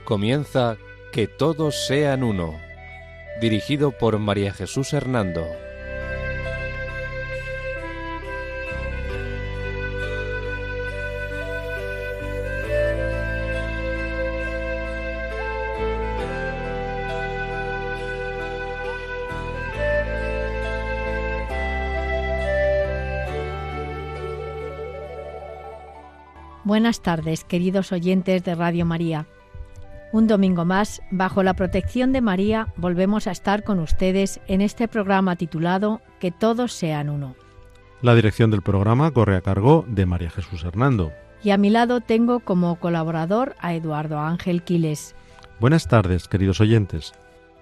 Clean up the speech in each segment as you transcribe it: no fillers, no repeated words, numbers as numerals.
Comienza Que todos sean uno, dirigido por María Jesús Hernando. Buenas tardes, queridos oyentes de Radio María. Un domingo más, bajo la protección de María, volvemos a estar con ustedes en este programa titulado Que todos sean uno. La dirección del programa corre a cargo de María Jesús Hernando. Y a mi lado tengo como colaborador a Eduardo Ángel Quiles. Buenas tardes, queridos oyentes.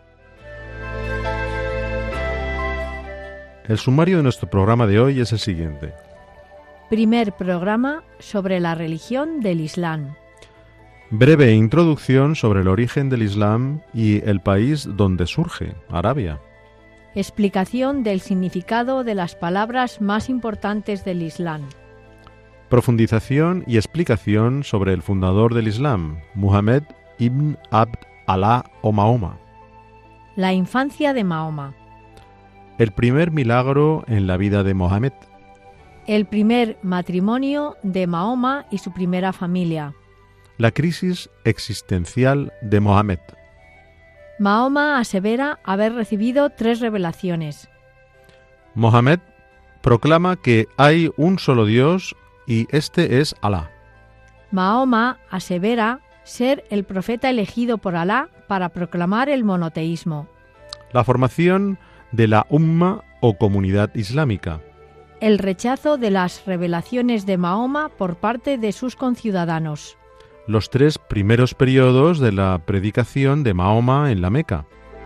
El sumario de nuestro programa de hoy es el siguiente. Primer programa sobre la religión del Islam. Breve introducción sobre el origen del Islam y el país donde surge, Arabia. Explicación del significado de las palabras más importantes del Islam. Profundización y explicación sobre el fundador del Islam, Muhammad ibn Abd Allah o Mahoma. La infancia de Mahoma. El primer milagro en la vida de Mohammed. El primer matrimonio de Mahoma y su primera familia. La crisis existencial de Mohammed. Mahoma asevera haber recibido 3 revelaciones. Mohammed proclama que hay un solo Dios y este es Alá. Mahoma asevera ser el profeta elegido por Alá para proclamar el monoteísmo. La formación de la Umma o comunidad islámica. El rechazo de las revelaciones de Mahoma por parte de sus conciudadanos. Los 3 primeros periodos de la predicación de Mahoma en la Meca.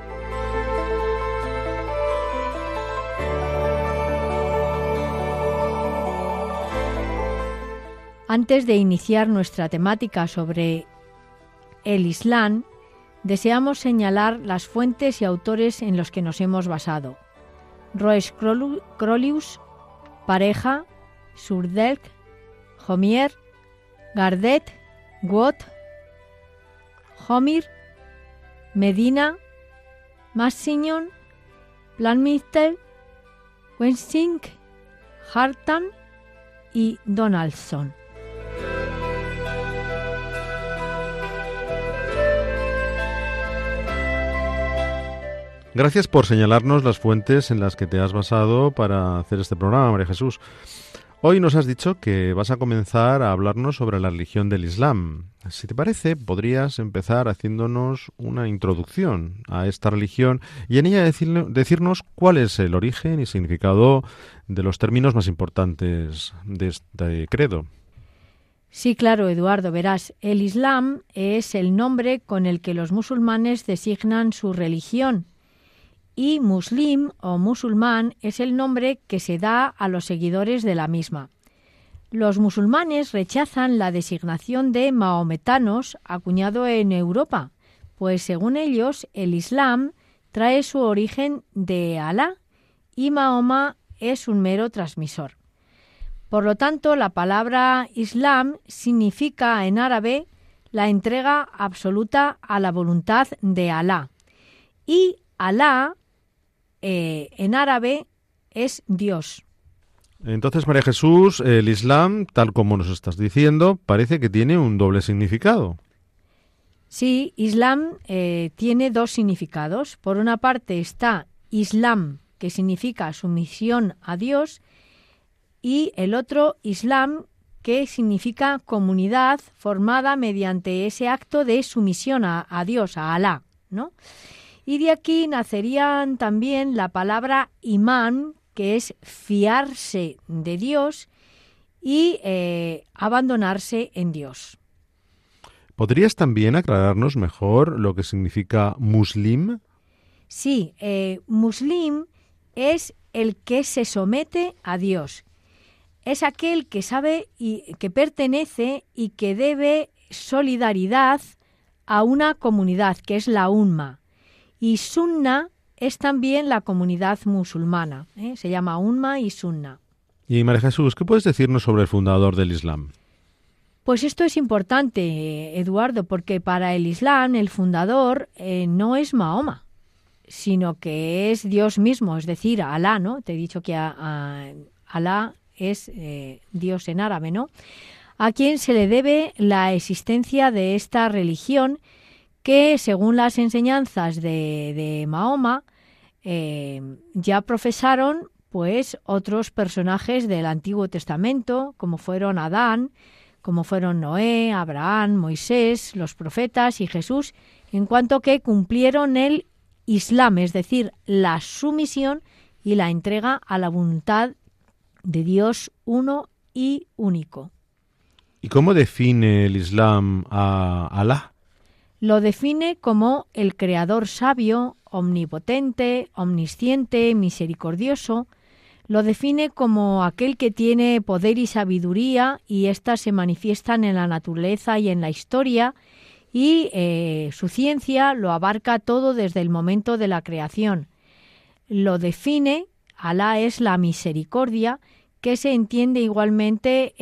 Antes de iniciar nuestra temática sobre el Islam, deseamos señalar las fuentes y autores en los que nos hemos basado. Roes Crollius, Pareja, Surdelk, Homier, Gardet, Watt, Homir, Medina, Massignon, Planmistel, Wensink, Hartan y Donaldson. Gracias por señalarnos las fuentes en las que te has basado para hacer este programa, María Jesús. Hoy nos has dicho que vas a comenzar a hablarnos sobre la religión del Islam. Si te parece, podrías empezar haciéndonos una introducción a esta religión y en ella decirnos cuál es el origen y significado de los términos más importantes de este credo. Sí, claro, Eduardo, verás, el Islam es el nombre con el que los musulmanes designan su religión. Y muslim o musulmán es el nombre que se da a los seguidores de la misma. Los musulmanes rechazan la designación de mahometanos acuñado en Europa, pues según ellos el Islam trae su origen de Alá y Mahoma es un mero transmisor. Por lo tanto, la palabra Islam significa en árabe la entrega absoluta a la voluntad de Alá y Alá en árabe es Dios. Entonces, María Jesús, el Islam, tal como nos estás diciendo, parece que tiene un doble significado. Sí, Islam tiene 2 significados. Por una parte está Islam, que significa sumisión a Dios, y el otro Islam, que significa comunidad formada mediante ese acto de sumisión a Dios, a Alá, ¿no? Y de aquí nacerían también la palabra imán, que es fiarse de Dios y abandonarse en Dios. ¿Podrías también aclararnos mejor lo que significa muslim? Sí, muslim es el que se somete a Dios. Es aquel que sabe y que pertenece y que debe solidaridad a una comunidad, que es la Umma. Y Sunna es también la comunidad musulmana. Se llama Umma y Sunna. Y María Jesús, ¿qué puedes decirnos sobre el fundador del Islam? Pues esto es importante, Eduardo, porque para el Islam el fundador no es Mahoma, sino que es Dios mismo, es decir, Alá, ¿no? Te he dicho que Alá es Dios en árabe, ¿no? A quien se le debe la existencia de esta religión que, según las enseñanzas de Mahoma, ya profesaron pues otros personajes del Antiguo Testamento, como fueron Adán, como fueron Noé, Abraham, Moisés, los profetas y Jesús, en cuanto que cumplieron el Islam, es decir, la sumisión y la entrega a la voluntad de Dios uno y único. ¿Y cómo define el Islam a Alá? Lo define como el creador sabio, omnipotente, omnisciente, misericordioso. Lo define como aquel que tiene poder y sabiduría y éstas se manifiestan en la naturaleza y en la historia, y su ciencia lo abarca todo desde el momento de la creación. Lo define, Alá es la misericordia, que se entiende igualmente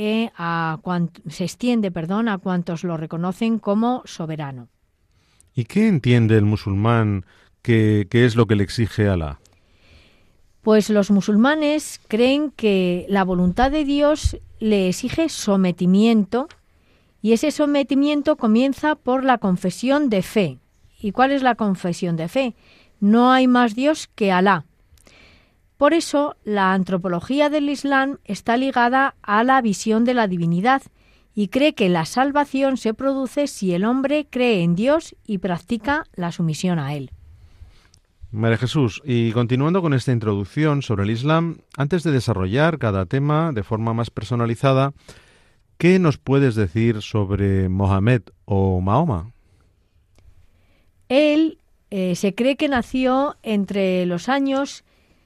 se extiende a cuantos lo reconocen como soberano. ¿Y qué entiende el musulmán que es lo que le exige Alá? Pues los musulmanes creen que la voluntad de Dios le exige sometimiento, y ese sometimiento comienza por la confesión de fe. ¿Y cuál es la confesión de fe? No hay más Dios que Alá. Por eso, la antropología del Islam está ligada a la visión de la divinidad y cree que la salvación se produce si el hombre cree en Dios y practica la sumisión a Él. María Jesús, y continuando con esta introducción sobre el Islam, antes de desarrollar cada tema de forma más personalizada, ¿qué nos puedes decir sobre Mohamed o Mahoma? Él se cree que nació entre los años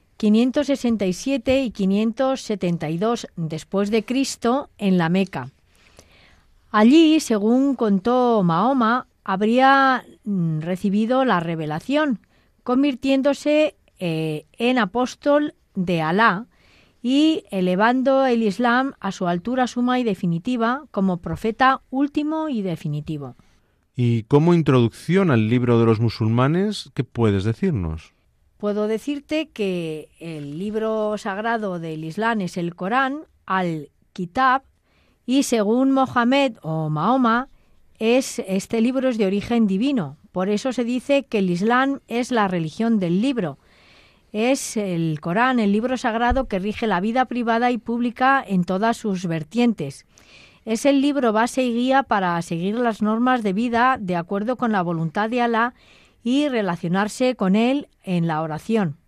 567 y 572 después de Cristo en la Meca. Allí, según contó Mahoma, habría recibido la revelación, convirtiéndose en apóstol de Alá y elevando el Islam a su altura suma y definitiva como profeta último y definitivo. Y como introducción al libro de los musulmanes, ¿qué puedes decirnos? Puedo decirte que el libro sagrado del Islam es el Corán, Al-Kitab, y según Mohamed o Mahoma, este libro es de origen divino. Por eso se dice que el Islam es la religión del libro. Es el Corán, el libro sagrado que rige la vida privada y pública en todas sus vertientes. Es el libro base y guía para seguir las normas de vida de acuerdo con la voluntad de Alá y relacionarse con él en la oración.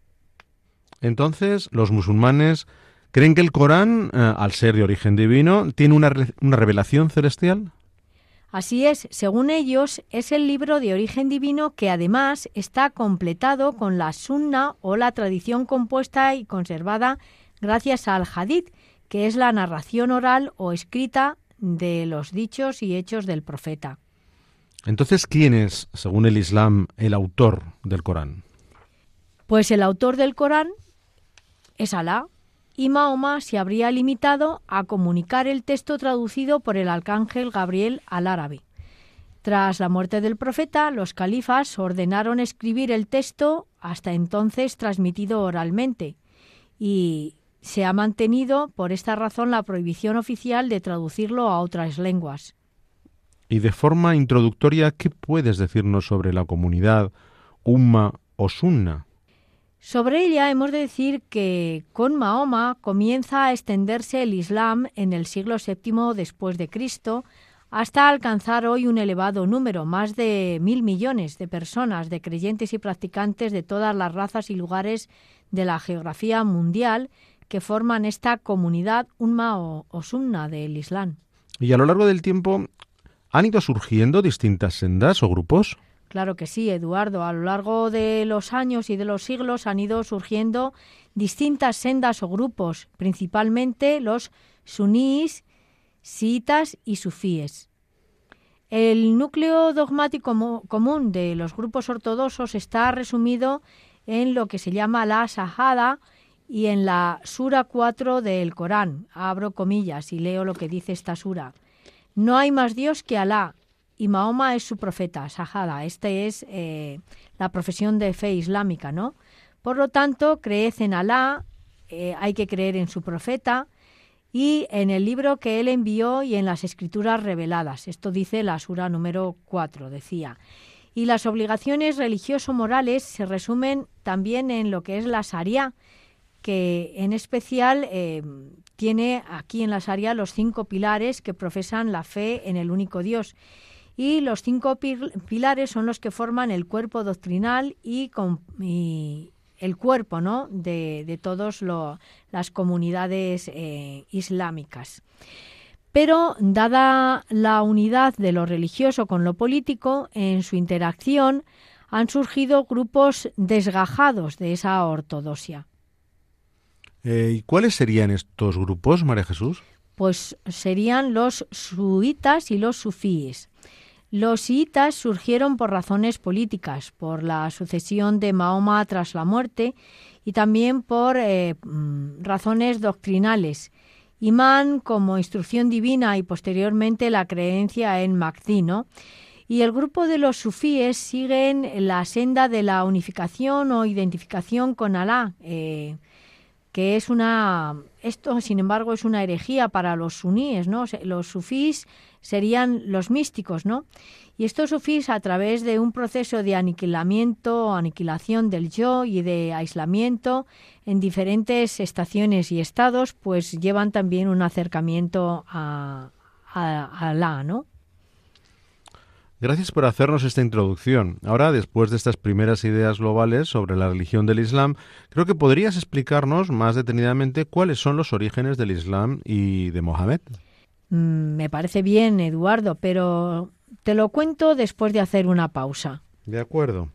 Entonces, los musulmanes creen que el Corán, al ser de origen divino, tiene una revelación celestial. Así es, según ellos, es el libro de origen divino que además está completado con la sunna o la tradición compuesta y conservada gracias al hadith, que es la narración oral o escrita de los dichos y hechos del profeta. Entonces, ¿quién es, según el Islam, el autor del Corán? Pues el autor del Corán es Alá, y Mahoma se habría limitado a comunicar el texto traducido por el arcángel Gabriel al árabe. Tras la muerte del profeta, los califas ordenaron escribir el texto hasta entonces transmitido oralmente, y se ha mantenido por esta razón la prohibición oficial de traducirlo a otras lenguas. Y de forma introductoria, ¿qué puedes decirnos sobre la comunidad Umma o Sunna? Sobre ella hemos de decir que con Mahoma comienza a extenderse el Islam en el siglo VII después de Cristo hasta alcanzar hoy un elevado número, más de 1.000 millones de personas, de creyentes y practicantes de todas las razas y lugares de la geografía mundial que forman esta comunidad Umma o Sunna del Islam. Y a lo largo del tiempo, ¿han ido surgiendo distintas sendas o grupos? Claro que sí, Eduardo. A lo largo de los años y de los siglos han ido surgiendo distintas sendas o grupos, principalmente los suníes, chiitas y sufíes. El núcleo dogmático común de los grupos ortodoxos está resumido en lo que se llama la Shahada y en la Sura 4 del Corán. Abro comillas y leo lo que dice esta sura. No hay más Dios que Alá y Mahoma es su profeta, Shahada. Esta es la profesión de fe islámica, ¿no? Por lo tanto, creed en Alá, hay que creer en su profeta y en el libro que él envió y en las escrituras reveladas. Esto dice la sura número 4, decía. Y las obligaciones religioso-morales se resumen también en lo que es la Sharia, que en especial tiene aquí en la Sharia los 5 pilares que profesan la fe en el único Dios. Y los 5 pilares son los que forman el cuerpo doctrinal y el cuerpo, ¿no?, de todas las comunidades islámicas. Pero, dada la unidad de lo religioso con lo político, en su interacción han surgido grupos desgajados de esa ortodoxia. ¿Y cuáles serían estos grupos, María Jesús? Pues serían los suitas y los sufíes. Los chiitas surgieron por razones políticas, por la sucesión de Mahoma tras la muerte y también por razones doctrinales. Imán como instrucción divina y posteriormente la creencia en Mahdi, ¿no? Y el grupo de los sufíes siguen la senda de la unificación o identificación con Alá, que es esto sin embargo es una herejía para los suníes, ¿no? Los sufís serían los místicos, ¿no? Y estos sufís, a través de un proceso de aniquilación del yo y de aislamiento en diferentes estaciones y estados, pues llevan también un acercamiento a Alá, ¿no? Gracias por hacernos esta introducción. Ahora, después de estas primeras ideas globales sobre la religión del Islam, creo que podrías explicarnos más detenidamente cuáles son los orígenes del Islam y de Mohammed. Me parece bien, Eduardo, pero te lo cuento después de hacer una pausa. De acuerdo.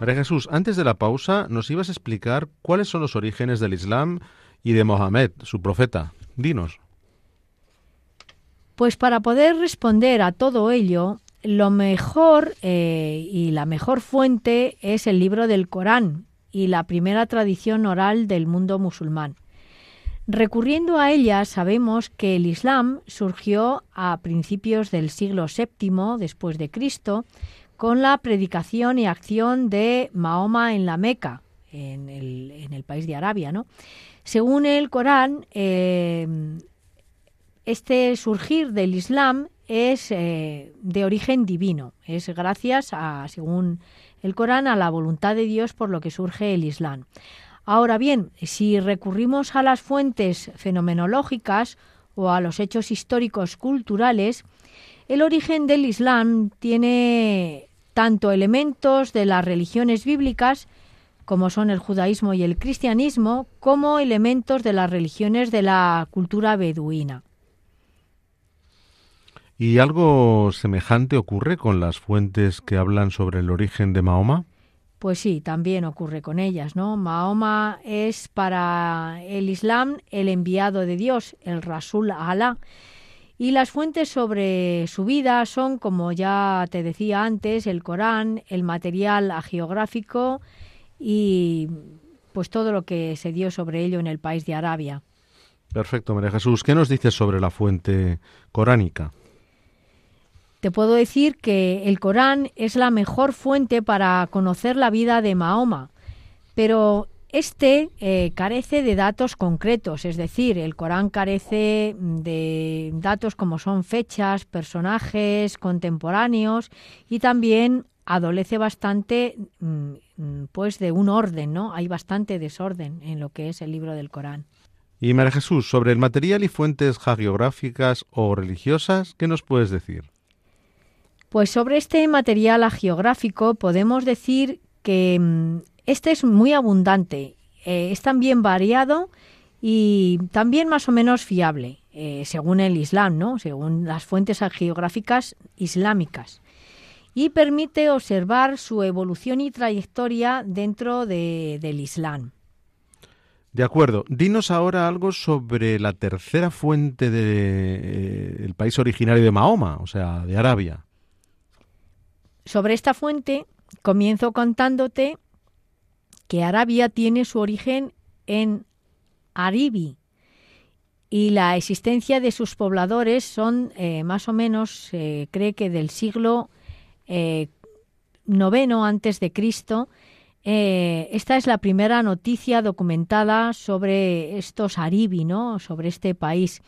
María Jesús, antes de la pausa nos ibas a explicar cuáles son los orígenes del Islam y de Mohammed, su profeta. Dinos. Pues para poder responder a todo ello, lo mejor y la mejor fuente es el libro del Corán y la primera tradición oral del mundo musulmán. Recurriendo a ella, sabemos que el Islam surgió a principios del siglo VII después de Cristo, con la predicación y acción de Mahoma en la Meca, en el país de Arabia, ¿no? Según el Corán, este surgir del Islam es de origen divino, es gracias a, según el Corán, a la voluntad de Dios por lo que surge el Islam. Ahora bien, si recurrimos a las fuentes fenomenológicas o a los hechos históricos culturales, el origen del Islam tiene tanto elementos de las religiones bíblicas, como son el judaísmo y el cristianismo, como elementos de las religiones de la cultura beduina. ¿Y algo semejante ocurre con las fuentes que hablan sobre el origen de Mahoma? Pues sí, también ocurre con ellas, ¿no? Mahoma es para el Islam el enviado de Dios, el Rasul Alá. Y las fuentes sobre su vida son, como ya te decía antes, el Corán, el material hagiográfico y pues todo lo que se dio sobre ello en el país de Arabia. Perfecto, María Jesús. ¿Qué nos dices sobre la fuente coránica? Te puedo decir que el Corán es la mejor fuente para conocer la vida de Mahoma, pero carece de datos concretos, es decir, el Corán carece de datos como son fechas, personajes contemporáneos y también adolece bastante pues de un orden, ¿no? Hay bastante desorden en lo que es el libro del Corán. Y María Jesús, sobre el material y fuentes hagiográficas o religiosas, ¿qué nos puedes decir? Pues sobre este material hagiográfico podemos decir que este es muy abundante, es también variado y también más o menos fiable, según el Islam, ¿no? Según las fuentes hagiográficas islámicas, y permite observar su evolución y trayectoria dentro del Islam. De acuerdo. Dinos ahora algo sobre la tercera fuente del país originario de Mahoma, o sea, de Arabia. Sobre esta fuente comienzo contándote que Arabia tiene su origen en Aribi y la existencia de sus pobladores son más o menos, se cree que del siglo IX antes de Cristo. Esta es la primera noticia documentada sobre estos Aribi, ¿no? Sobre este país.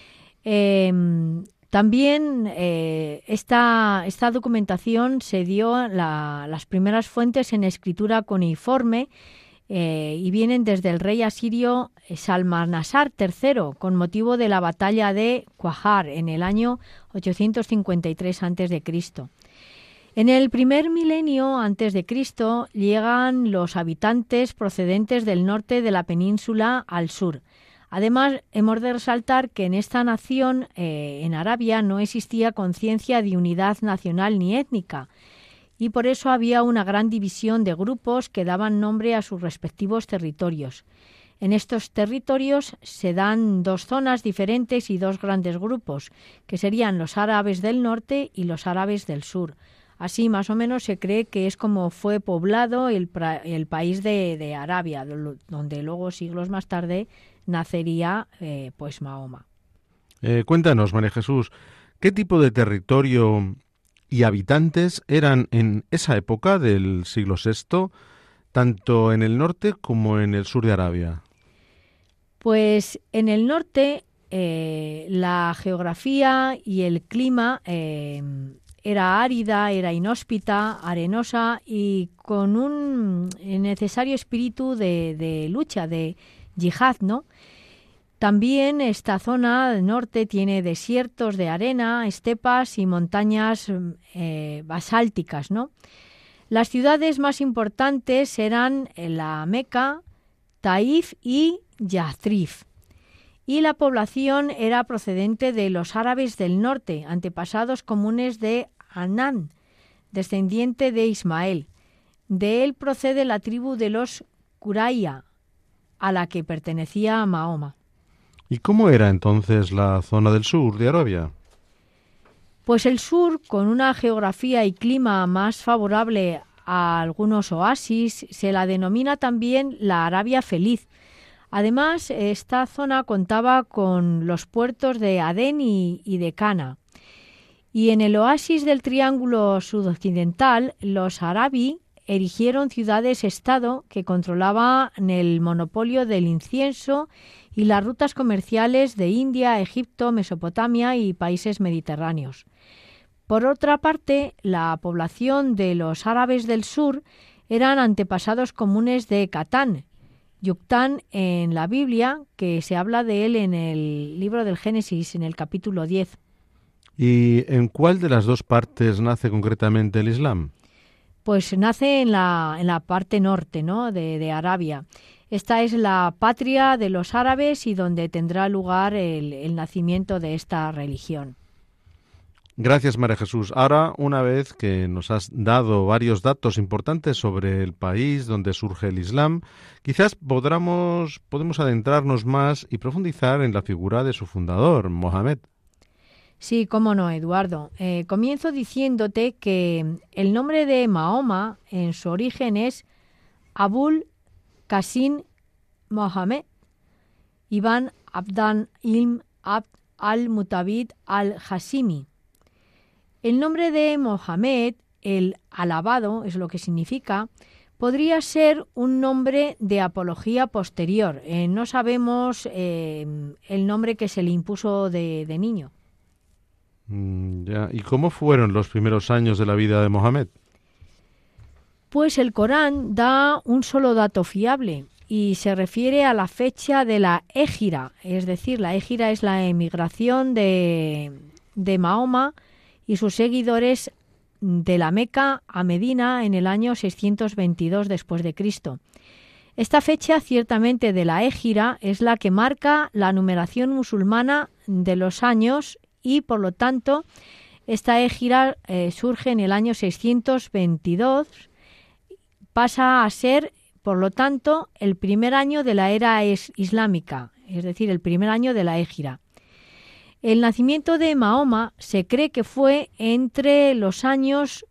También esta documentación se dio las primeras fuentes en escritura cuneiforme y vienen desde el rey asirio Salmanasar III con motivo de la batalla de Quahar en el año 853 a.C. En el primer milenio antes de Cristo llegan los habitantes procedentes del norte de la península al sur. Además, hemos de resaltar que en esta nación, en Arabia, no existía conciencia de unidad nacional ni étnica, y por eso había una gran división de grupos que daban nombre a sus respectivos territorios. En estos territorios se dan dos zonas diferentes y dos grandes grupos, que serían los árabes del norte y los árabes del sur. Así, más o menos, se cree que es como fue poblado el país de Arabia, donde luego, siglos más tarde, nacería pues Mahoma. Cuéntanos, María Jesús, ¿qué tipo de territorio y habitantes eran en esa época del siglo VI, tanto en el norte como en el sur de Arabia? Pues en el norte la geografía y el clima era árida, era inhóspita, arenosa y con un necesario espíritu de lucha, de yihad, ¿no? También esta zona del norte tiene desiertos de arena, estepas y montañas basálticas, ¿no? Las ciudades más importantes eran la Meca, Taif y Yathrib. Y la población era procedente de los árabes del norte, antepasados comunes de Anán, descendiente de Ismael. De él procede la tribu de los Qurayza, a la que pertenecía Mahoma. ¿Y cómo era entonces la zona del sur de Arabia? Pues el sur, con una geografía y clima más favorable a algunos oasis, se la denomina también la Arabia Feliz. Además, esta zona contaba con los puertos de Adén y de Cana. Y en el oasis del Triángulo Sudoccidental, los arabi erigieron ciudades-estado que controlaban el monopolio del incienso y las rutas comerciales de India, Egipto, Mesopotamia y países mediterráneos. Por otra parte, la población de los árabes del sur eran antepasados comunes de Catán, Yuctán en la Biblia, que se habla de él en el libro del Génesis, en el capítulo 10. ¿Y en cuál de las dos partes nace concretamente el Islam? Pues nace en la parte norte, ¿no?, de Arabia. Esta es la patria de los árabes y donde tendrá lugar el nacimiento de esta religión. Gracias, María Jesús. Ahora, una vez que nos has dado varios datos importantes sobre el país donde surge el Islam, quizás podemos adentrarnos más y profundizar en la figura de su fundador, Mohammed. Sí, cómo no, Eduardo. Comienzo diciéndote que el nombre de Mahoma en su origen es Abul Qasim Mohammed Ibn Abdan Ilm Abd al-Mutabid al-Hashimi. El nombre de Mohammed, el alabado, es lo que significa, podría ser un nombre de apología posterior. No sabemos el nombre que se le impuso de niño. Ya. ¿Y cómo fueron los primeros años de la vida de Mohammed? Pues el Corán da un solo dato fiable y se refiere a la fecha de la Égira, es decir, la Égira es la emigración de Mahoma y sus seguidores de la Meca a Medina en el año 622 después de Cristo. Esta fecha, ciertamente de la Égira, es la que marca la numeración musulmana de los años y, por lo tanto, esta Égira surge en el año 622, pasa a ser, por lo tanto, el primer año de la era islámica, es decir, el primer año de la Égira. El nacimiento de Mahoma se cree que fue entre los años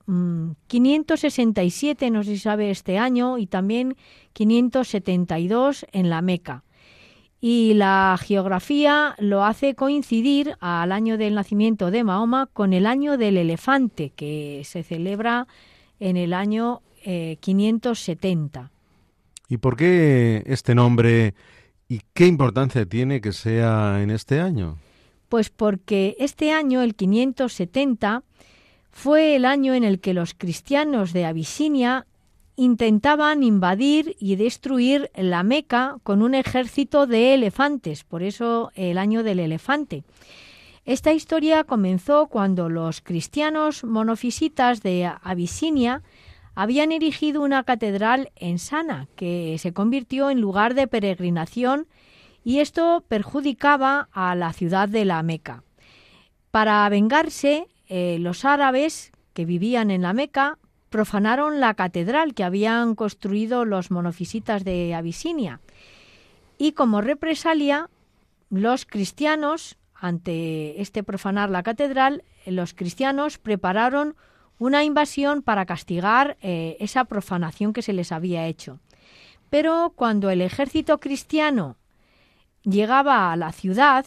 567, no sé si sabe este año, y también 572 en la Meca. Y la geografía lo hace coincidir al año del nacimiento de Mahoma con el año del elefante, que se celebra en el año 570. ¿Y por qué este nombre y qué importancia tiene que sea en este año? Pues porque este año, el 570, fue el año en el que los cristianos de Abisinia intentaban invadir y destruir la Meca con un ejército de elefantes, por eso el año del elefante. Esta historia comenzó cuando los cristianos monofisitas de Abisinia habían erigido una catedral en Sana, que se convirtió en lugar de peregrinación, y esto perjudicaba a la ciudad de la Meca. Para vengarse, los árabes que vivían en la Meca profanaron la catedral que habían construido los monofisitas de Abisinia. Y como represalia, los cristianos, ante este profanar la catedral, los cristianos prepararon una invasión para castigar esa profanación que se les había hecho. Pero cuando el ejército cristiano llegaba a la ciudad,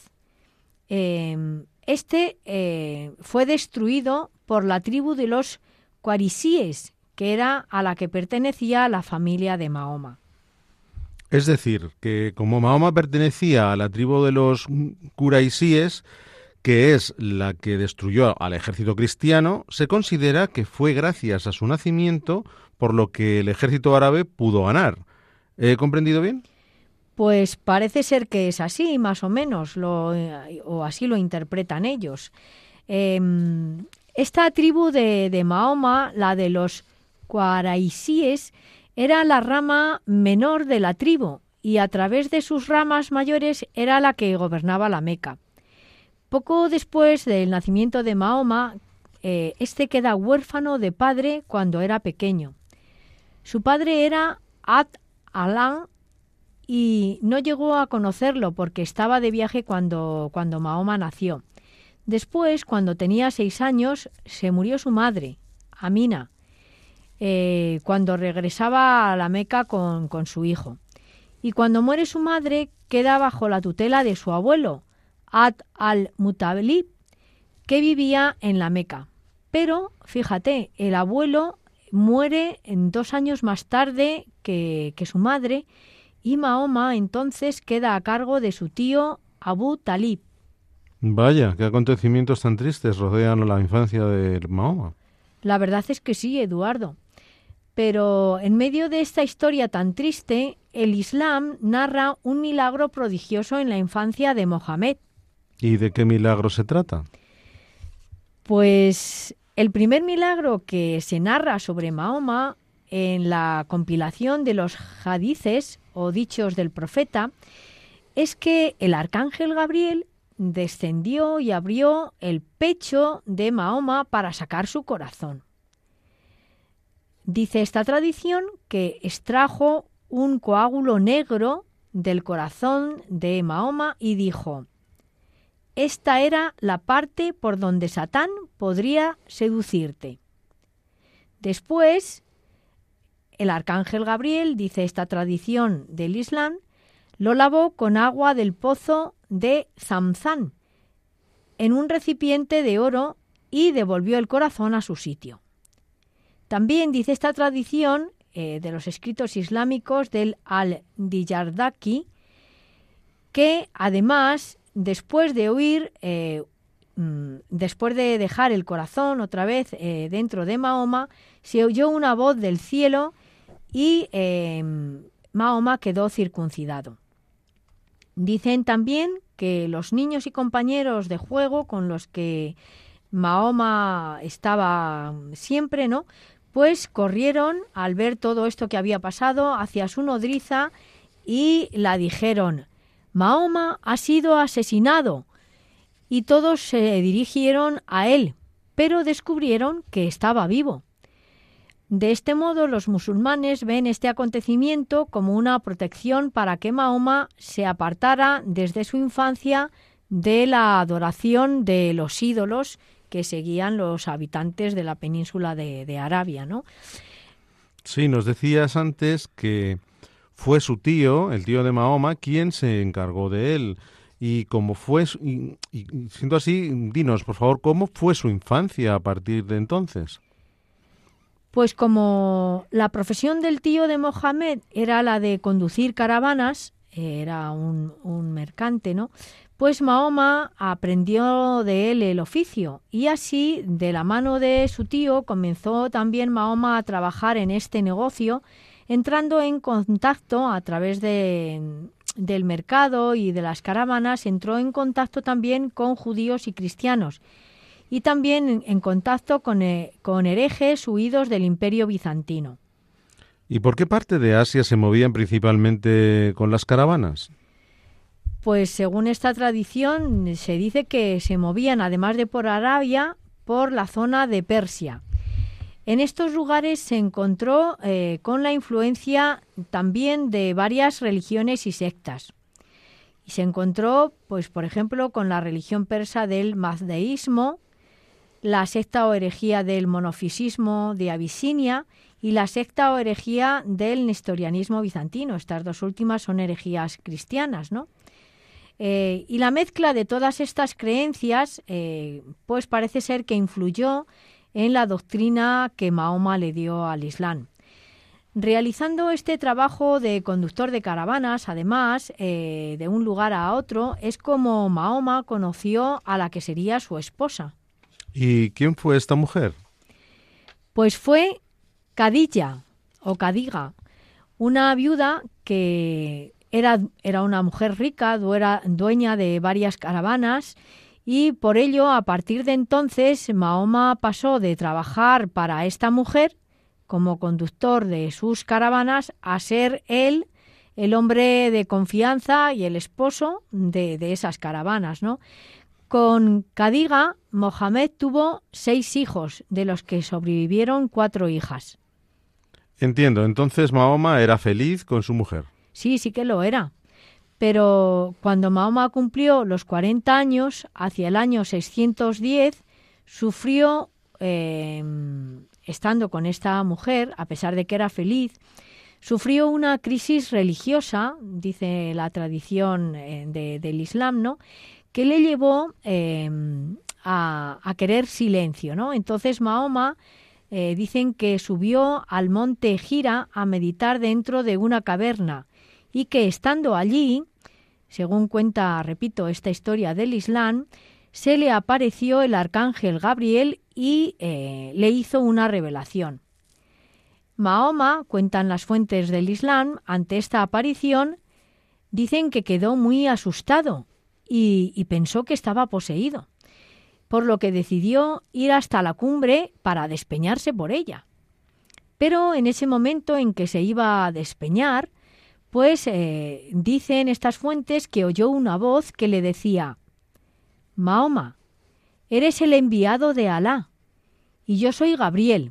fue destruido por la tribu de los Quraisíes, que era a la que pertenecía la familia de Mahoma. Es decir, que como Mahoma pertenecía a la tribu de los Quraisíes, que es la que destruyó al ejército cristiano, se considera que fue gracias a su nacimiento por lo que el ejército árabe pudo ganar. ¿He comprendido bien? Pues parece ser que es así, más o menos, o así lo interpretan ellos. Esta tribu de Mahoma, la de los Quraisíes, era la rama menor de la tribu y a través de sus ramas mayores era la que gobernaba la Meca. Poco después del nacimiento de Mahoma, este queda huérfano de padre cuando era pequeño. Su padre era Ad-Alá y no llegó a conocerlo porque estaba de viaje cuando Mahoma nació. Después, cuando tenía 6 años, se murió su madre, Amina, cuando regresaba a la Meca con su hijo. Y cuando muere su madre, queda bajo la tutela de su abuelo, Abd al-Muttalib, que vivía en la Meca. Pero, fíjate, el abuelo muere 2 años más tarde que su madre, y Mahoma entonces queda a cargo de su tío Abu Talib. Vaya, qué acontecimientos tan tristes rodean la infancia de Mahoma. La verdad es que sí, Eduardo. Pero en medio de esta historia tan triste, el Islam narra un milagro prodigioso en la infancia de Mohamed. ¿Y de qué milagro se trata? Pues el primer milagro que se narra sobre Mahoma en la compilación de los hadices o dichos del profeta es que el arcángel Gabriel descendió y abrió el pecho de Mahoma para sacar su corazón. Dice esta tradición que extrajo un coágulo negro del corazón de Mahoma y dijo: esta era la parte por donde Satán podría seducirte. Después, el arcángel Gabriel, dice esta tradición del Islam, lo lavó con agua del pozo de Zamzam en un recipiente de oro y devolvió el corazón a su sitio. También dice esta tradición de los escritos islámicos del Al-Diyardaki que además, después de dejar el corazón otra vez dentro de Mahoma, se oyó una voz del cielo y Mahoma quedó circuncidado. Dicen también que los niños y compañeros de juego con los que Mahoma estaba siempre, ¿no?, pues corrieron al ver todo esto que había pasado hacia su nodriza y la dijeron: Mahoma ha sido asesinado. Y todos se dirigieron a él, pero descubrieron que estaba vivo. De este modo, los musulmanes ven este acontecimiento como una protección para que Mahoma se apartara desde su infancia de la adoración de los ídolos que seguían los habitantes de la península de Arabia, ¿no? Sí, nos decías antes que fue su tío, el tío de Mahoma, quien se encargó de él. Y cómo fue, y siendo así, dinos, por favor, ¿cómo fue su infancia a partir de entonces? Pues como la profesión del tío de Mohamed era la de conducir caravanas, era un mercante, ¿no?, pues Mahoma aprendió de él el oficio y así, de la mano de su tío, comenzó también Mahoma a trabajar en este negocio, entrando en contacto a través del mercado y de las caravanas, entró en contacto también con judíos y cristianos y también en contacto con herejes huidos del Imperio bizantino. ¿Y por qué parte de Asia se movían principalmente con las caravanas? Pues según esta tradición se dice que se movían, además de por Arabia, por la zona de Persia. En estos lugares se encontró con la influencia también de varias religiones y sectas. Y se encontró, pues, por ejemplo, con la religión persa del mazdeísmo, la secta o herejía del monofisismo de Abisinia y la secta o herejía del nestorianismo bizantino. Estas dos últimas son herejías cristianas, ¿no? Y la mezcla de todas estas creencias, pues parece ser que influyó en la doctrina que Mahoma le dio al Islam. Realizando este trabajo de conductor de caravanas, además, de un lugar a otro, es como Mahoma conoció a la que sería su esposa. ¿Y quién fue esta mujer? Pues fue Khadija, o Khadija, una viuda que era una mujer rica, dueña de varias caravanas, y por ello, a partir de entonces, Mahoma pasó de trabajar para esta mujer como conductor de sus caravanas a ser él el hombre de confianza y el esposo de esas caravanas, ¿no? Con Khadija, Mohamed tuvo 6 hijos, de los que sobrevivieron 4 hijas. Entiendo, entonces Mahoma era feliz con su mujer. Sí, sí que lo era. Pero cuando Mahoma cumplió los 40 años, hacia el año 610, sufrió, estando con esta mujer, a pesar de que era feliz, sufrió una crisis religiosa, dice la tradición del Islam, ¿no?, que le llevó a querer silencio, ¿no? Entonces Mahoma dicen que subió al monte Gira a meditar dentro de una caverna y que estando allí, según cuenta, repito, esta historia del Islam, se le apareció el arcángel Gabriel y le hizo una revelación. Mahoma, cuentan las fuentes del Islam, ante esta aparición, dicen que quedó muy asustado y pensó que estaba poseído, por lo que decidió ir hasta la cumbre para despeñarse por ella. Pero en ese momento en que se iba a despeñar, pues dicen estas fuentes que oyó una voz que le decía: Mahoma, eres el enviado de Alá, y yo soy Gabriel.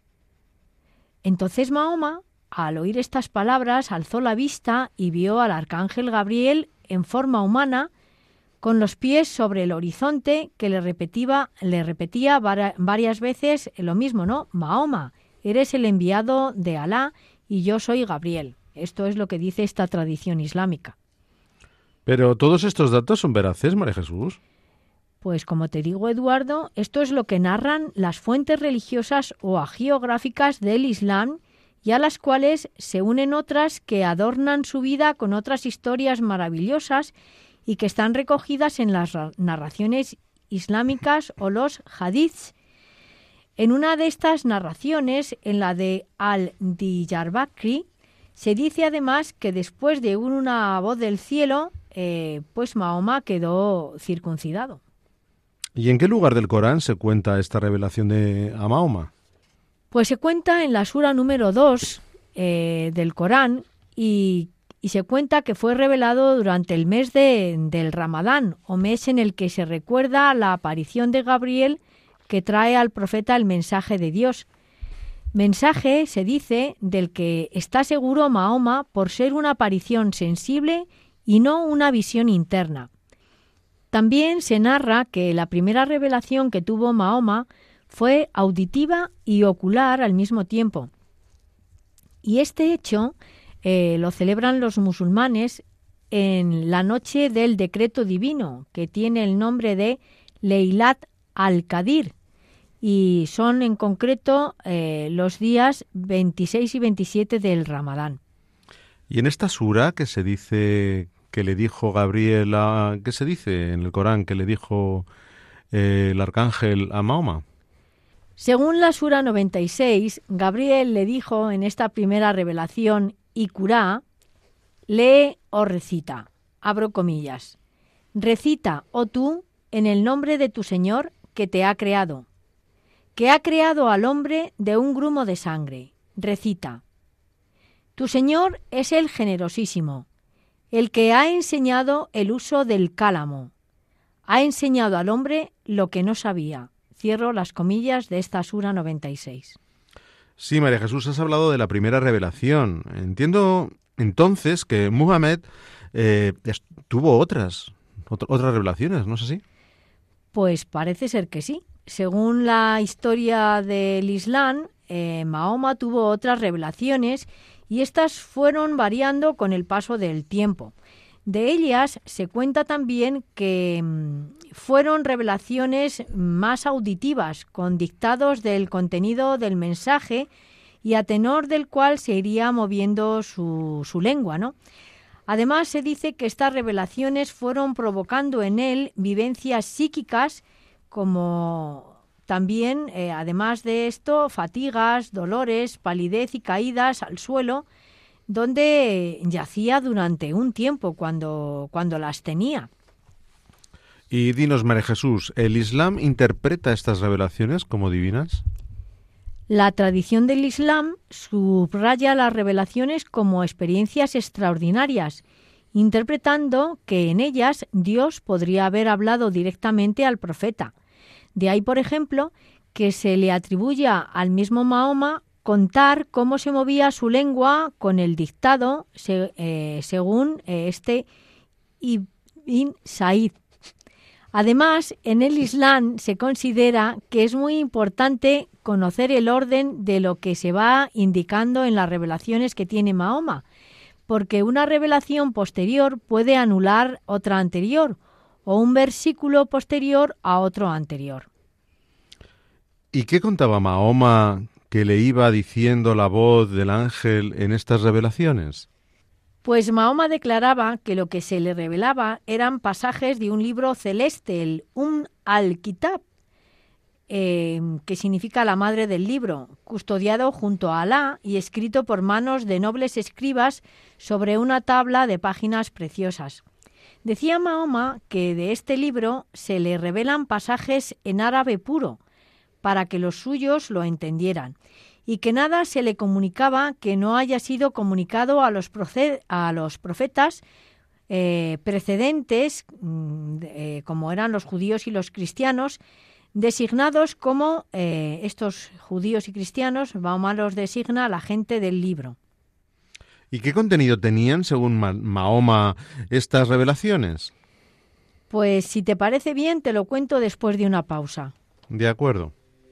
Entonces Mahoma, al oír estas palabras, alzó la vista y vio al arcángel Gabriel en forma humana, con los pies sobre el horizonte, que le repetía varias veces lo mismo, ¿no? Mahoma, eres el enviado de Alá y yo soy Gabriel. Esto es lo que dice esta tradición islámica. Pero todos estos datos son veraces, María Jesús. Pues como te digo, Eduardo, esto es lo que narran las fuentes religiosas o hagiográficas del Islam, y a las cuales se unen otras que adornan su vida con otras historias maravillosas y que están recogidas en las narraciones islámicas o los hadiths. En una de estas narraciones, en la de Al-Diyarbakri, se dice además que después de una voz del cielo, pues Mahoma quedó circuncidado. ¿Y en qué lugar del Corán se cuenta esta revelación a Mahoma? Pues se cuenta en la sura número 2 del Corán y se cuenta que fue revelado durante el mes del Ramadán, o mes en el que se recuerda la aparición de Gabriel que trae al profeta el mensaje de Dios. Mensaje, se dice, del que está seguro Mahoma por ser una aparición sensible y no una visión interna. También se narra que la primera revelación que tuvo Mahoma fue auditiva y ocular al mismo tiempo. Y este hecho lo celebran los musulmanes en la noche del decreto divino, que tiene el nombre de Leilat al-Qadir, y son en concreto los días 26 y 27 del Ramadán. Y en esta sura que se dice que le dijo Gabriel, ¿qué se dice en el Corán que le dijo el arcángel a Mahoma? Según la sura 96, Gabriel le dijo en esta primera revelación, Iqra, lee o recita, abro comillas, recita, oh tú, en el nombre de tu Señor que te ha creado, que ha creado al hombre de un grumo de sangre. Recita, tu Señor es el generosísimo, el que ha enseñado el uso del cálamo, ha enseñado al hombre lo que no sabía. Cierro las comillas de esta sura 96. Sí, María Jesús, has hablado de la primera revelación. Entiendo entonces que Muhammad tuvo otras revelaciones, ¿no es así? Pues parece ser que sí. Según la historia del Islam, Mahoma tuvo otras revelaciones y estas fueron variando con el paso del tiempo. De ellas se cuenta también que fueron revelaciones más auditivas, con dictados del contenido del mensaje y a tenor del cual se iría moviendo su lengua, ¿no? Además, se dice que estas revelaciones fueron provocando en él vivencias psíquicas, como también, además de esto, fatigas, dolores, palidez y caídas al suelo, donde yacía durante un tiempo cuando las tenía. Y dinos, María Jesús, ¿el Islam interpreta estas revelaciones como divinas? La tradición del Islam subraya las revelaciones como experiencias extraordinarias, interpretando que en ellas Dios podría haber hablado directamente al profeta. De ahí, por ejemplo, que se le atribuya al mismo Mahoma contar cómo se movía su lengua con el dictado según Ibn Said. Además, en el Islam se considera que es muy importante conocer el orden de lo que se va indicando en las revelaciones que tiene Mahoma, porque una revelación posterior puede anular otra anterior o un versículo posterior a otro anterior. ¿Y qué contaba Mahoma que le iba diciendo la voz del ángel en estas revelaciones? Pues Mahoma declaraba que lo que se le revelaba eran pasajes de un libro celeste, el al-Kitab, que significa la madre del libro, custodiado junto a Alá y escrito por manos de nobles escribas sobre una tabla de páginas preciosas. Decía Mahoma que de este libro se le revelan pasajes en árabe puro, para que los suyos lo entendieran, y que nada se le comunicaba que no haya sido comunicado a los profetas precedentes, como eran los judíos y los cristianos, designados como estos judíos y cristianos, Mahoma los designa la gente del libro. ¿Y qué contenido tenían, según Mahoma, estas revelaciones? Pues si te parece bien, te lo cuento después de una pausa. De acuerdo.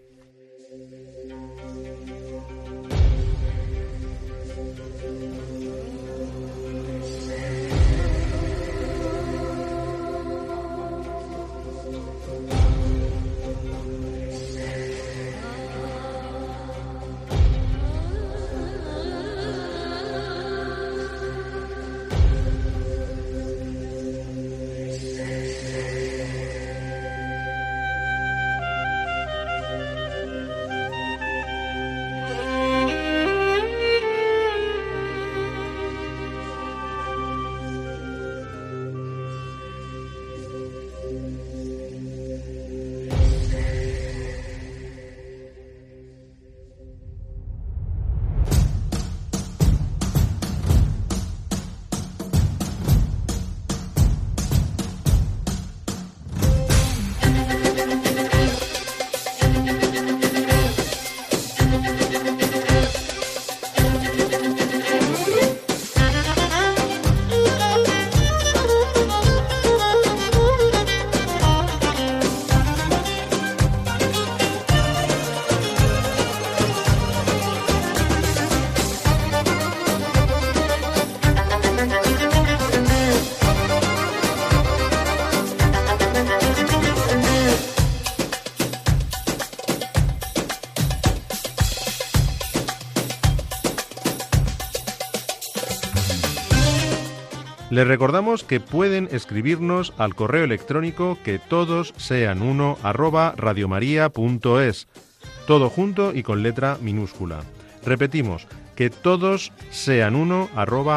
Les recordamos que pueden escribirnos al correo electrónico que todos sean uno @radiomaria.es, todo junto y con letra minúscula. Repetimos, que todos sean uno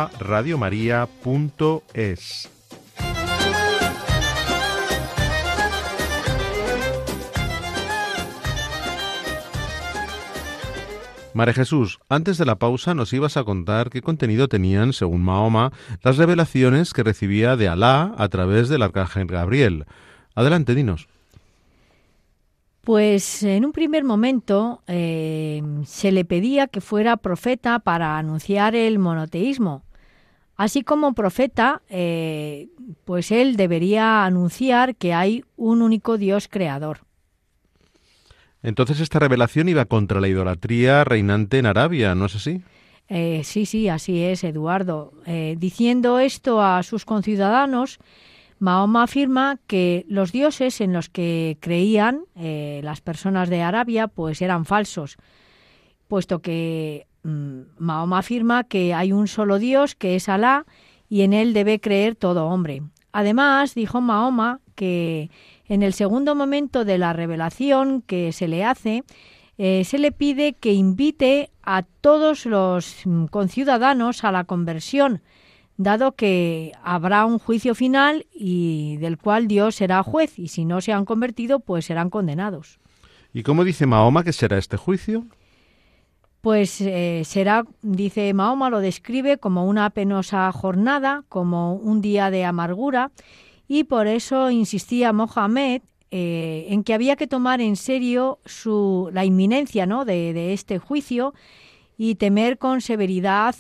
@radiomaria.es. María Jesús, antes de la pausa nos ibas a contar qué contenido tenían, según Mahoma, las revelaciones que recibía de Alá a través del arcángel Gabriel. Adelante, dinos. Pues en un primer momento se le pedía que fuera profeta para anunciar el monoteísmo. Así como profeta, pues él debería anunciar que hay un único Dios creador. Entonces esta revelación iba contra la idolatría reinante en Arabia, ¿no es así? Sí, así es, Eduardo. Diciendo esto a sus conciudadanos, Mahoma afirma que los dioses en los que creían las personas de Arabia pues eran falsos, puesto que Mahoma afirma que hay un solo Dios, que es Alá, y en él debe creer todo hombre. Además, dijo Mahoma que en el segundo momento de la revelación que se le hace, se le pide que invite a todos los conciudadanos a la conversión, dado que habrá un juicio final y del cual Dios será juez, y si no se han convertido, pues serán condenados. ¿Y cómo dice Mahoma que será este juicio? Pues será, dice Mahoma, lo describe como una penosa jornada, como un día de amargura, y por eso insistía Mohammed en que había que tomar en serio la inminencia, ¿no?, de este juicio, y temer con severidad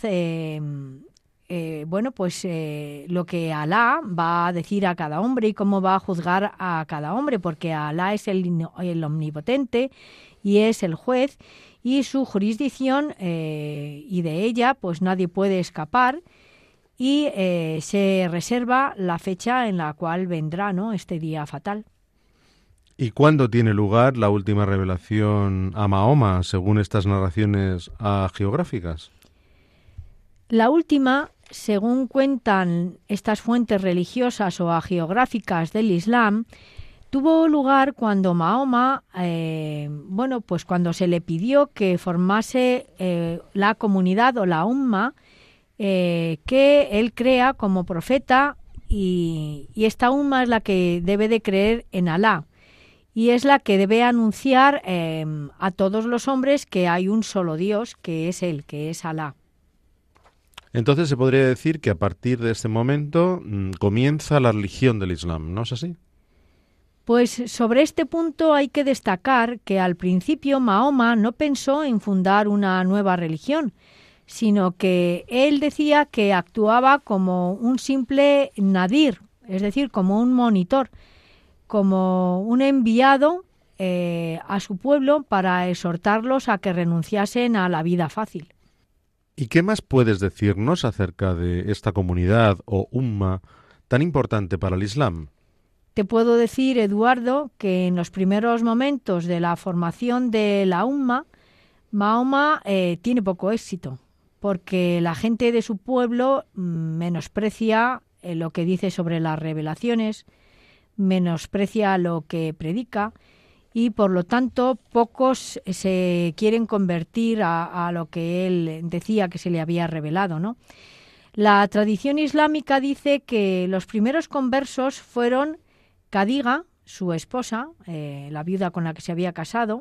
lo que Alá va a decir a cada hombre y cómo va a juzgar a cada hombre, porque Alá es el omnipotente y es el juez, y su jurisdicción y de ella pues nadie puede escapar, y se reserva la fecha en la cual vendrá, ¿no?, este día fatal. ¿Y cuándo tiene lugar la última revelación a Mahoma, según estas narraciones geográficas? La última, según cuentan estas fuentes religiosas o geográficas del Islam, tuvo lugar cuando Mahoma, cuando se le pidió que formase la comunidad o la umma que él crea como profeta, y esta umma es la que debe de creer en Alá y es la que debe anunciar a todos los hombres que hay un solo Dios, que es Él, que es Alá. Entonces se podría decir que a partir de este momento comienza la religión del Islam, ¿no es así? Pues sobre este punto hay que destacar que al principio Mahoma no pensó en fundar una nueva religión, sino que él decía que actuaba como un simple nadir, es decir, como un monitor, como un enviado a su pueblo para exhortarlos a que renunciasen a la vida fácil. ¿Y qué más puedes decirnos acerca de esta comunidad o umma tan importante para el Islam? Te puedo decir, Eduardo, que en los primeros momentos de la formación de la umma, Mahoma tiene poco éxito, porque la gente de su pueblo menosprecia lo que dice sobre las revelaciones, menosprecia lo que predica, y por lo tanto pocos se quieren convertir a lo que él decía que se le había revelado, ¿no? La tradición islámica dice que los primeros conversos fueron Khadija, su esposa, la viuda con la que se había casado,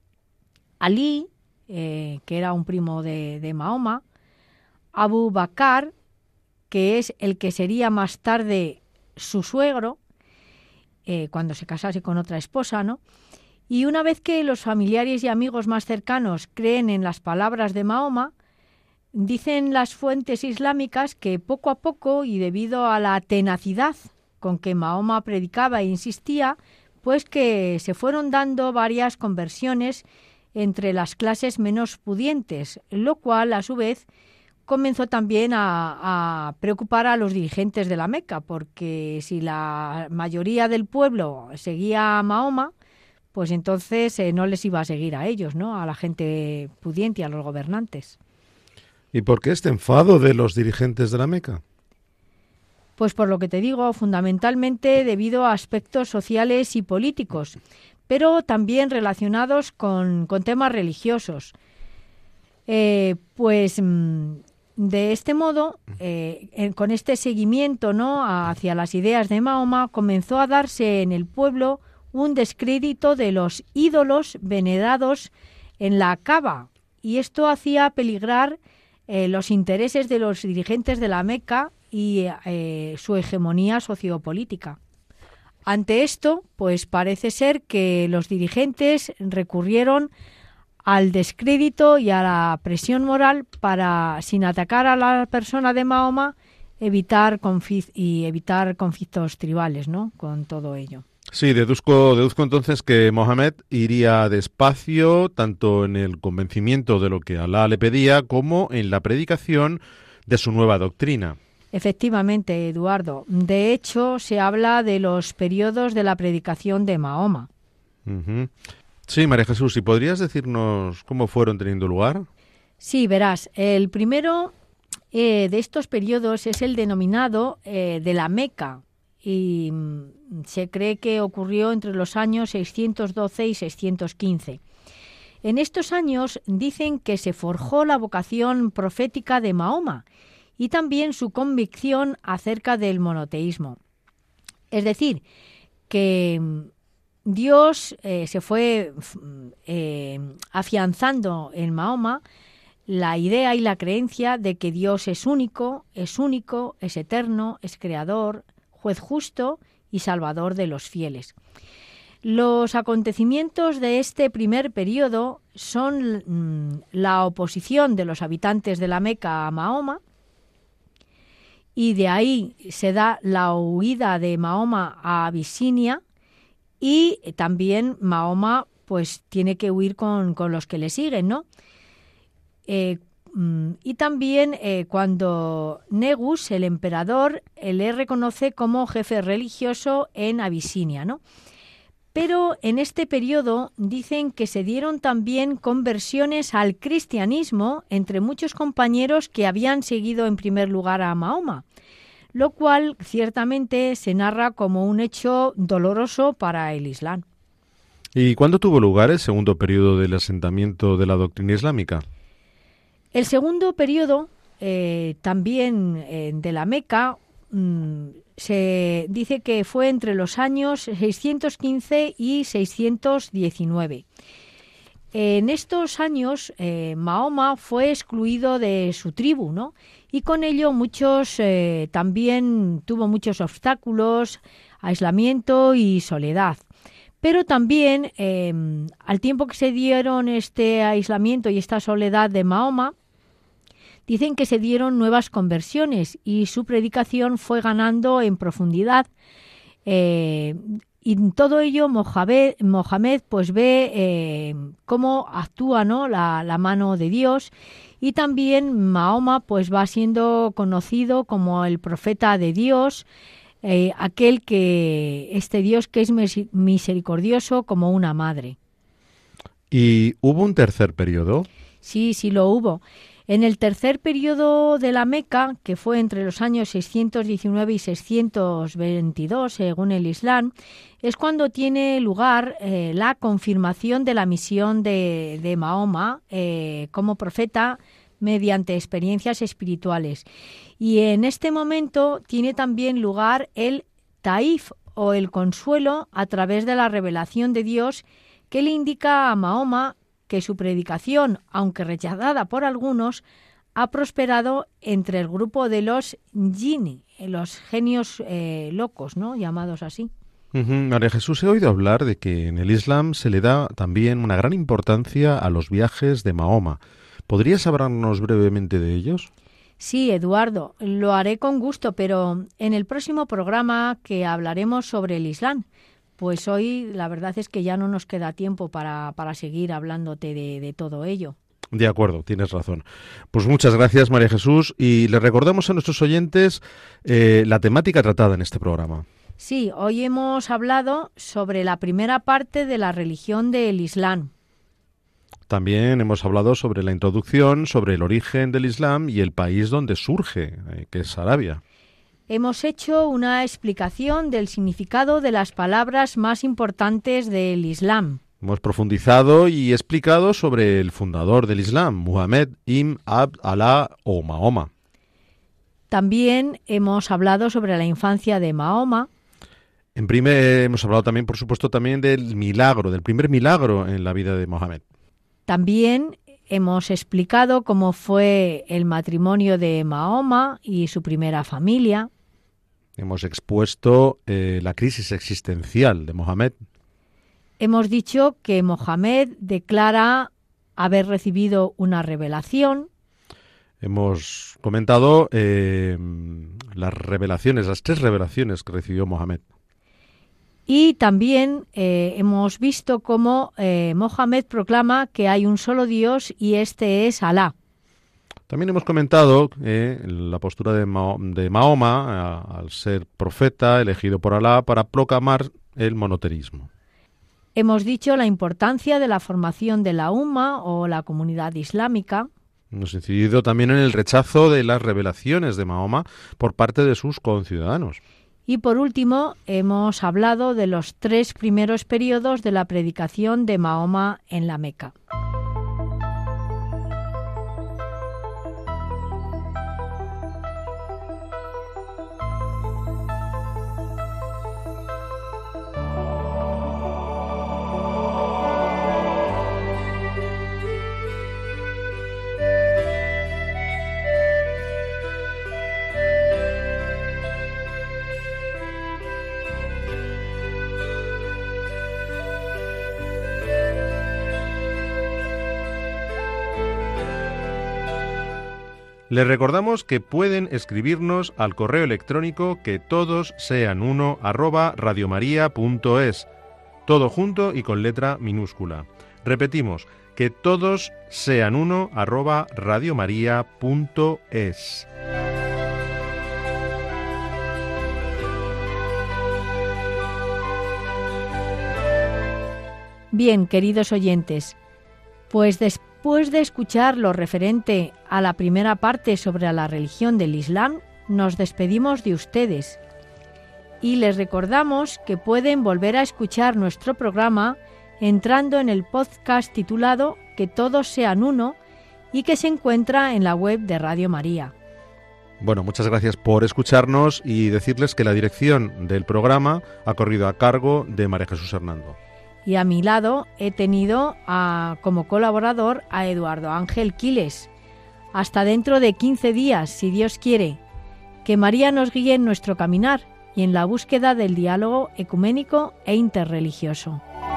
Ali, que era un primo de Mahoma, Abu Bakr, que es el que sería más tarde su suegro, cuando se casase con otra esposa, ¿no? Y una vez que los familiares y amigos más cercanos creen en las palabras de Mahoma, dicen las fuentes islámicas que poco a poco, y debido a la tenacidad con que Mahoma predicaba e insistía, pues que se fueron dando varias conversiones entre las clases menos pudientes, lo cual a su vez comenzó también a preocupar a los dirigentes de la Meca, porque si la mayoría del pueblo seguía a Mahoma, pues entonces no les iba a seguir a ellos, ¿no?, a la gente pudiente y a los gobernantes. ¿Y por qué este enfado de los dirigentes de la Meca? Pues por lo que te digo, fundamentalmente debido a aspectos sociales y políticos, pero también relacionados con temas religiosos. De este modo, con este seguimiento, ¿no?, hacia las ideas de Mahoma, comenzó a darse en el pueblo un descrédito de los ídolos venerados en la Kaaba, y esto hacía peligrar los intereses de los dirigentes de la Meca y su hegemonía sociopolítica. Ante esto, pues parece ser que los dirigentes recurrieron al descrédito y a la presión moral para, sin atacar a la persona de Mahoma, evitar conflictos tribales, ¿no?, con todo ello. Sí, deduzco entonces que Mohammed iría despacio tanto en el convencimiento de lo que Alá le pedía como en la predicación de su nueva doctrina. Efectivamente, Eduardo. De hecho, se habla de los periodos de la predicación de Mahoma. Uh-huh. Sí, María Jesús, ¿y podrías decirnos cómo fueron teniendo lugar? Sí, verás, el primero de estos periodos es el denominado de la Meca, y se cree que ocurrió entre los años 612 y 615. En estos años dicen que se forjó la vocación profética de Mahoma y también su convicción acerca del monoteísmo. Es decir, que Dios se fue afianzando en Mahoma la idea y la creencia de que Dios es único, es eterno, es creador, juez justo y salvador de los fieles. Los acontecimientos de este primer periodo son la oposición de los habitantes de la Meca a Mahoma, y de ahí se da la huida de Mahoma a Abisinia, y también Mahoma pues tiene que huir con los que le siguen, ¿no? Y también cuando Negus, el emperador, le reconoce como jefe religioso en Abisinia, ¿no? Pero en este periodo dicen que se dieron también conversiones al cristianismo entre muchos compañeros que habían seguido en primer lugar a Mahoma, lo cual ciertamente se narra como un hecho doloroso para el Islam. ¿Y cuándo tuvo lugar el segundo periodo del asentamiento de la doctrina islámica? El segundo periodo, también de la Meca, se dice que fue entre los años 615 y 619. En estos años, Mahoma fue excluido de su tribu, ¿no? Y con ello también tuvo muchos obstáculos, aislamiento y soledad. Pero también, al tiempo que se dieron este aislamiento y esta soledad de Mahoma, dicen que se dieron nuevas conversiones y su predicación fue ganando en profundidad. Y en todo ello Mohamed pues ve cómo actúa, ¿no?, la mano de Dios, y también Mahoma pues va siendo conocido como el profeta de Dios, este Dios que es misericordioso como una madre. ¿Y hubo un tercer periodo? Sí, lo hubo. En el tercer periodo de la Meca, que fue entre los años 619 y 622, según el Islam, es cuando tiene lugar la confirmación de la misión de Mahoma como profeta mediante experiencias espirituales. Y en este momento tiene también lugar el Taif, o el consuelo, a través de la revelación de Dios, que le indica a Mahoma que su predicación, aunque rechazada por algunos, ha prosperado entre el grupo de los jinn, los genios locos, ¿no?, llamados así. María Jesús, he oído hablar de que en el Islam se le da también una gran importancia a los viajes de Mahoma. ¿Podrías hablarnos brevemente de ellos? Sí, Eduardo, lo haré con gusto, pero en el próximo programa que hablaremos sobre el Islam. Pues hoy la verdad es que ya no nos queda tiempo para seguir hablándote de todo ello. De acuerdo, tienes razón. Pues muchas gracias, María Jesús, y le recordamos a nuestros oyentes la temática tratada en este programa. Sí, hoy hemos hablado sobre la primera parte de la religión del Islam. También hemos hablado sobre la introducción, sobre el origen del Islam y el país donde surge, que es Arabia. Hemos hecho una explicación del significado de las palabras más importantes del Islam. Hemos profundizado y explicado sobre el fundador del Islam, Muhammad ibn Abd Allah o Mahoma. También hemos hablado sobre la infancia de Mahoma. Hemos hablado también, por supuesto, también del primer milagro en la vida de Mohammed. También hemos explicado cómo fue el matrimonio de Mahoma y su primera familia. Hemos expuesto la crisis existencial de Mohammed. Hemos dicho que Mohammed declara haber recibido una revelación. Hemos comentado las tres revelaciones que recibió Mohammed. Y también hemos visto cómo Mohammed proclama que hay un solo Dios y este es Alá. También hemos comentado la postura de Mahoma al ser profeta elegido por Alá para proclamar el monoteísmo. Hemos dicho la importancia de la formación de la Umma o la comunidad islámica. Hemos incidido también en el rechazo de las revelaciones de Mahoma por parte de sus conciudadanos. Y por último, hemos hablado de los 3 primeros periodos de la predicación de Mahoma en la Meca. Les recordamos que pueden escribirnos al correo electrónico quetodosseanuno@radiomaria.es, todo junto y con letra minúscula. Repetimos, quetodosseanuno@radiomaria.es. Bien, queridos oyentes, pues después de escuchar lo referente a la primera parte sobre la religión del Islam, nos despedimos de ustedes y les recordamos que pueden volver a escuchar nuestro programa entrando en el podcast titulado Que todos sean uno y que se encuentra en la web de Radio María. Bueno, muchas gracias por escucharnos y decirles que la dirección del programa ha corrido a cargo de María Jesús Hernando. Y a mi lado he tenido como colaborador a Eduardo Ángel Quiles. Hasta dentro de 15 días, si Dios quiere. Que María nos guíe en nuestro caminar y en la búsqueda del diálogo ecuménico e interreligioso.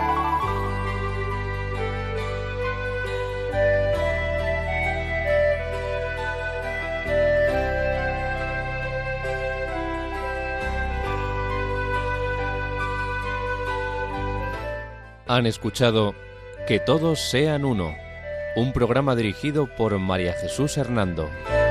Han escuchado Que todos sean uno, un programa dirigido por María Jesús Hernando.